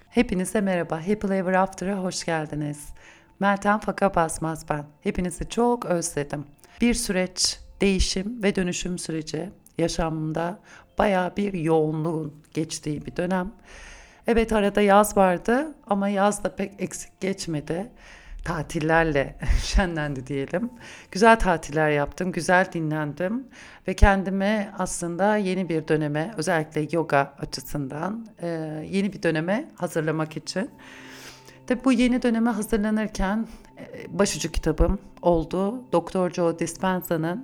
Hepinize merhaba. Happy Ever After'a hoş geldiniz. Meltem Faka Basmaz ben. Hepinizi çok özledim. Bir süreç, değişim ve dönüşüm süreci yaşamımda bayağı bir yoğunluğun geçtiği bir dönem. Evet arada yaz vardı ama yaz da pek eksik geçmedi. Tatillerle şenlendi diyelim. Güzel tatiller yaptım, güzel dinlendim ve kendime aslında yeni bir döneme, özellikle yoga açısından yeni bir döneme hazırlamak için. Tabii bu yeni döneme hazırlanırken başucu kitabım oldu. Doktor Joe Dispenza'nın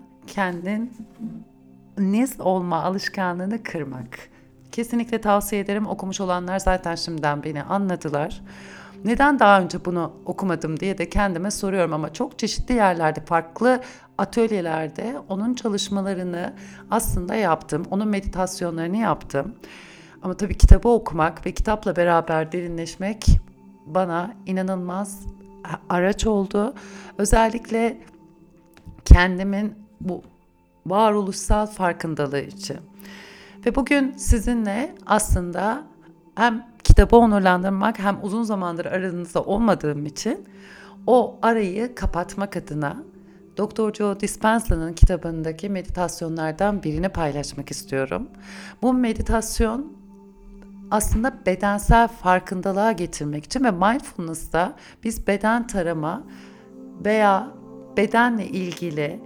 Kendiniz olma alışkanlığını kırmak. Kesinlikle tavsiye ederim. Okumuş olanlar zaten şimdiden beni anladılar. Neden daha önce bunu okumadım diye de kendime soruyorum ama çok çeşitli yerlerde, farklı atölyelerde onun çalışmalarını aslında yaptım. Onun meditasyonlarını yaptım. Ama tabii kitabı okumak ve kitapla beraber derinleşmek bana inanılmaz araç oldu. Özellikle kendimin bu varoluşsal farkındalığı için. Ve bugün sizinle aslında hem kitabı onurlandırmak hem uzun zamandır aranızda olmadığım için o arayı kapatmak adına Doktor Joe Dispenza'nın kitabındaki meditasyonlardan birini paylaşmak istiyorum. Bu meditasyon aslında bedensel farkındalığa getirmek için ve mindfulness'ta biz beden tarama veya bedenle ilgili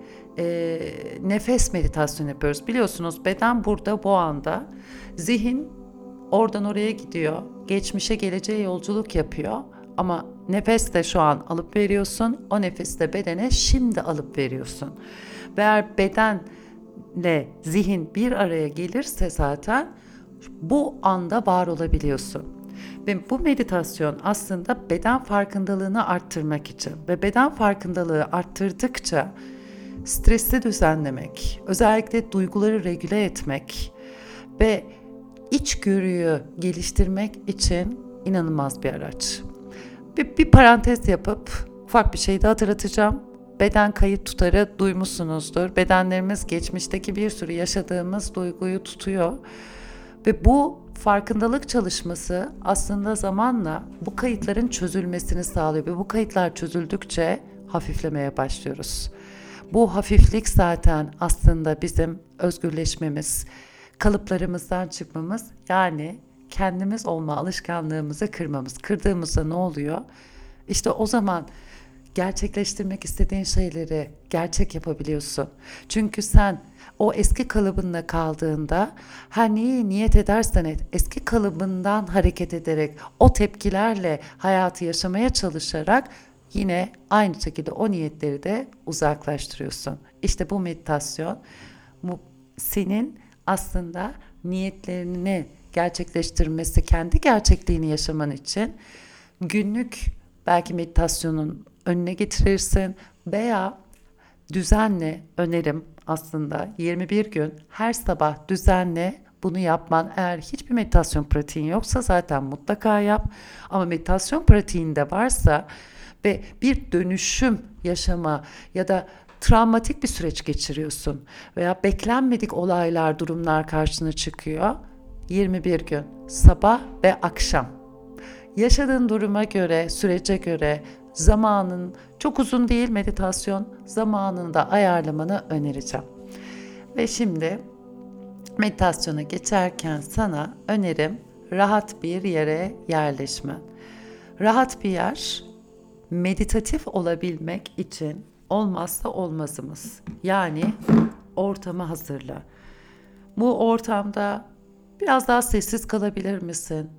nefes meditasyonu yapıyoruz. Biliyorsunuz beden burada bu anda, zihin oradan oraya gidiyor, geçmişe geleceğe yolculuk yapıyor ama nefes de şu an alıp veriyorsun, o nefesi de bedene şimdi alıp veriyorsun. Ve eğer bedenle zihin bir araya gelirse zaten bu anda var olabiliyorsun. Ve bu meditasyon aslında beden farkındalığını arttırmak için ve beden farkındalığı arttırdıkça stresi düzenlemek, özellikle duyguları regüle etmek ve içgörüyü geliştirmek için inanılmaz bir araç. Bir parantez yapıp ufak bir şey de hatırlatacağım. Beden kayıt tutarı duymuşsunuzdur. Bedenlerimiz geçmişteki bir sürü yaşadığımız duyguyu tutuyor. Ve bu farkındalık çalışması aslında zamanla bu kayıtların çözülmesini sağlıyor. Ve bu kayıtlar çözüldükçe hafiflemeye başlıyoruz. Bu hafiflik zaten aslında bizim özgürleşmemiz, kalıplarımızdan çıkmamız, yani kendimiz olma alışkanlığımızı kırmamız. Kırdığımızda ne oluyor? İşte o zaman gerçekleştirmek istediğin şeyleri gerçek yapabiliyorsun. Çünkü sen o eski kalıbında kaldığında her neyi niyet edersen et, eski kalıbından hareket ederek, o tepkilerle hayatı yaşamaya çalışarak yine aynı şekilde o niyetleri de uzaklaştırıyorsun. İşte bu meditasyon, bu senin aslında niyetlerini gerçekleştirmesi, kendi gerçekliğini yaşaman için günlük belki meditasyonun önüne getirirsin veya düzenle önerim aslında 21 gün her sabah düzenle bunu yapman. Eğer hiçbir meditasyon pratiğin yoksa zaten mutlaka yap. Ama meditasyon pratiğinde varsa ve bir dönüşüm yaşama ya da travmatik bir süreç geçiriyorsun veya beklenmedik olaylar, durumlar karşına çıkıyor. 21 gün sabah ve akşam. Yaşadığın duruma göre, sürece göre zamanın çok uzun değil meditasyon, zamanını da ayarlamanı önereceğim. Ve şimdi meditasyona geçerken sana önerim rahat bir yere yerleşmen. Rahat bir yer meditatif olabilmek için olmazsa olmazımız. Yani ortamı hazırla. Bu ortamda biraz daha sessiz kalabilir misin?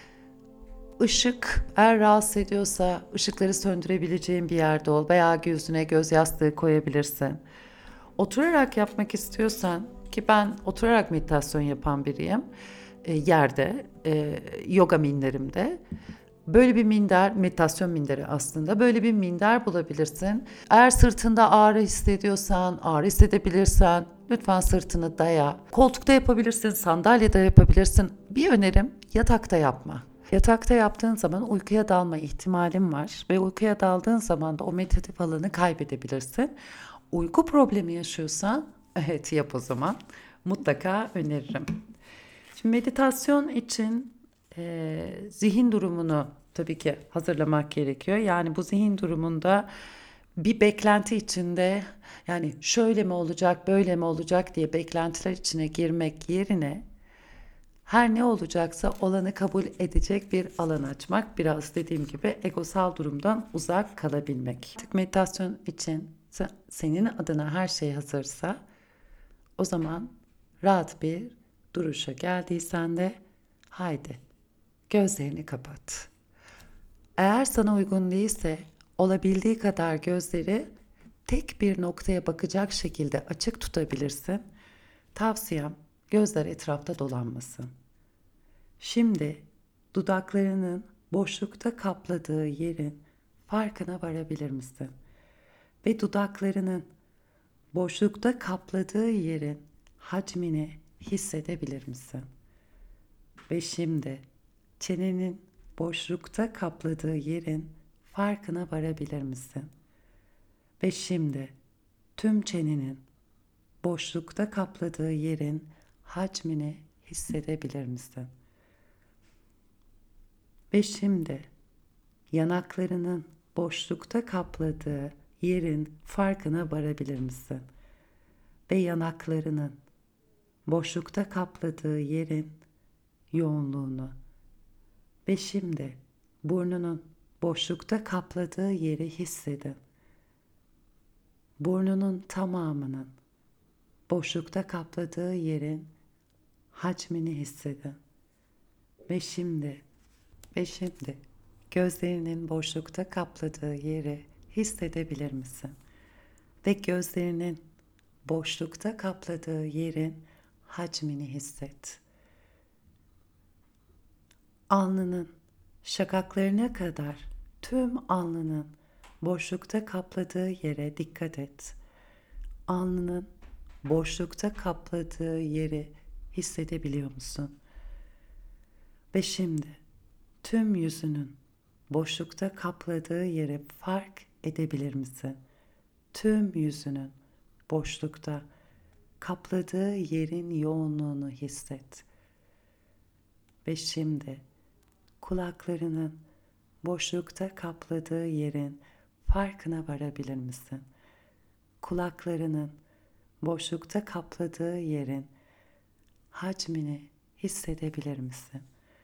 Işık eğer rahatsız ediyorsa ışıkları söndürebileceğin bir yerde ol veya gözüne göz yastığı koyabilirsin. Oturarak yapmak istiyorsan, ki ben oturarak meditasyon yapan biriyim, yerde, yoga minderimde. Böyle bir minder, meditasyon minderi aslında. Böyle bir minder bulabilirsin. Eğer sırtında ağrı hissediyorsan, ağrı hissedebilirsen lütfen sırtını daya. Koltukta yapabilirsin, sandalyede yapabilirsin. Bir önerim yatakta yapma. Yatakta yaptığın zaman uykuya dalma ihtimalin var ve uykuya daldığın zaman da o meditatif alanı kaybedebilirsin. Uyku problemi yaşıyorsan evet yap o zaman. Mutlaka öneririm. Şimdi meditasyon için zihin durumunu tabii ki hazırlamak gerekiyor. Yani bu zihin durumunda bir beklenti içinde, yani şöyle mi olacak, böyle mi olacak diye beklentiler içine girmek yerine her ne olacaksa olanı kabul edecek bir alan açmak. Biraz dediğim gibi egosal durumdan uzak kalabilmek. Artık meditasyon için senin adına her şey hazırsa, o zaman rahat bir duruşa geldiysen de haydi gözlerini kapat. Eğer sana uygun değilse olabildiği kadar gözleri tek bir noktaya bakacak şekilde açık tutabilirsin. Tavsiyem gözler etrafta dolanmasın. Şimdi dudaklarının boşlukta kapladığı yerin farkına varabilir misin? Ve dudaklarının boşlukta kapladığı yerin hacmini hissedebilir misin? Ve şimdi çenenin boşlukta kapladığı yerin farkına varabilir misin? Ve şimdi tüm çenenin boşlukta kapladığı yerin hacmini hissedebilir misin? Ve şimdi yanaklarının boşlukta kapladığı yerin farkına varabilir misin? Ve yanaklarının boşlukta kapladığı yerin yoğunluğunu. Ve şimdi burnunun boşlukta kapladığı yeri hissedin. Burnunun tamamının boşlukta kapladığı yerin hacmini hissedin. Ve şimdi gözlerinin boşlukta kapladığı yeri hissedebilir misin? Ve gözlerinin boşlukta kapladığı yerin hacmini hisset. Alnının şakaklarına kadar tüm alnının boşlukta kapladığı yere dikkat et. Alnının boşlukta kapladığı yeri hissedebiliyor musun? Ve şimdi tüm yüzünün boşlukta kapladığı yeri fark edebilir misin? Tüm yüzünün boşlukta kapladığı yerin yoğunluğunu hisset. Ve şimdi kulaklarının boşlukta kapladığı yerin farkına varabilir misin? Kulaklarının boşlukta kapladığı yerin hacmini hissedebilir misin?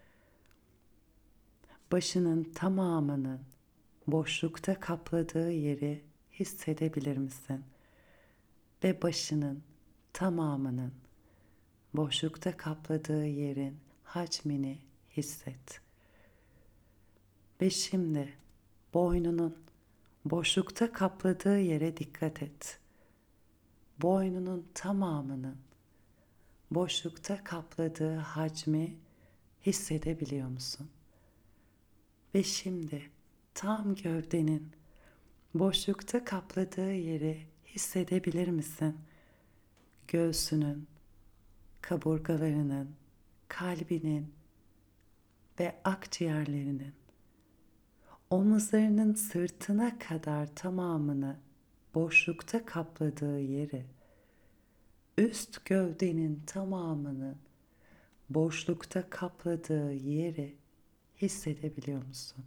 Başının tamamının boşlukta kapladığı yeri hissedebilir misin? Ve başının tamamının boşlukta kapladığı yerin hacmini hisset. Ve şimdi boynunun boşlukta kapladığı yere dikkat et. Boynunun tamamının boşlukta kapladığı hacmi hissedebiliyor musun? Ve şimdi tam gövdenin boşlukta kapladığı yeri hissedebilir misin? Göğsünün, kaburgalarının, kalbinin ve akciğerlerinin, omuzlarının sırtına kadar tamamını boşlukta kapladığı yeri, üst gövdenin tamamını boşlukta kapladığı yeri hissedebiliyor musun?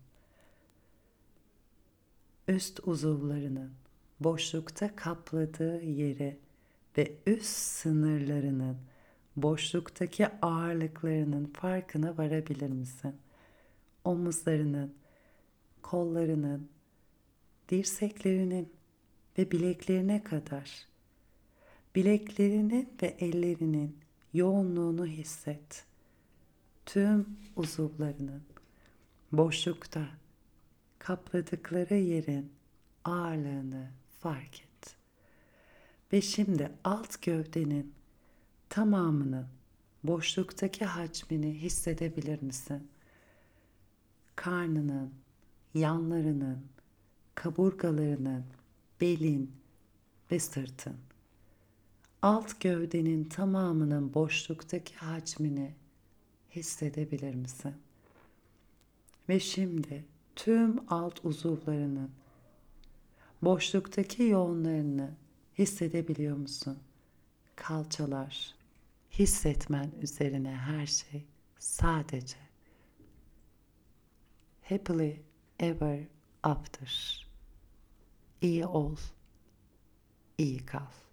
Üst uzuvlarının boşlukta kapladığı yeri ve üst sınırlarının boşluktaki ağırlıklarının farkına varabilir misin? Omuzlarının, kollarının, dirseklerinin ve bileklerine kadar, bileklerinin ve ellerinin yoğunluğunu hisset. Tüm uzuvlarının boşlukta kapladıkları yerin ağırlığını fark et. Ve şimdi alt gövdenin tamamının boşluktaki hacmini hissedebilir misin? Karnının, yanlarının, kaburgalarının, belin ve sırtın. Alt gövdenin tamamının boşluktaki hacmini hissedebilir misin? Ve şimdi tüm alt uzuvlarının boşluktaki yoğunlarını hissedebiliyor musun? Kalçalar, hissetmen üzerine her şey sadece happily ever after. İyi ol, iyi kal.